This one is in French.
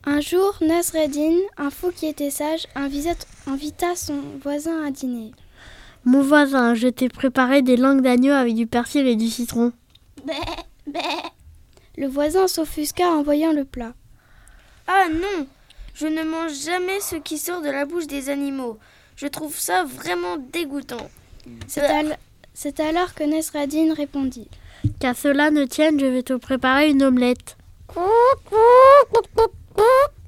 Un jour, Nasreddin, un fou qui était sage, invita son voisin à dîner. Mon voisin, je t'ai préparé des langues d'agneau avec du persil et du citron. Bé, bé. Le voisin s'offusqua en voyant le plat. Ah non, je ne mange jamais ce qui sort de la bouche des animaux. Je trouve ça vraiment dégoûtant. C'est alors que Nasreddin répondit. Qu'à cela ne tienne, je vais te préparer une omelette.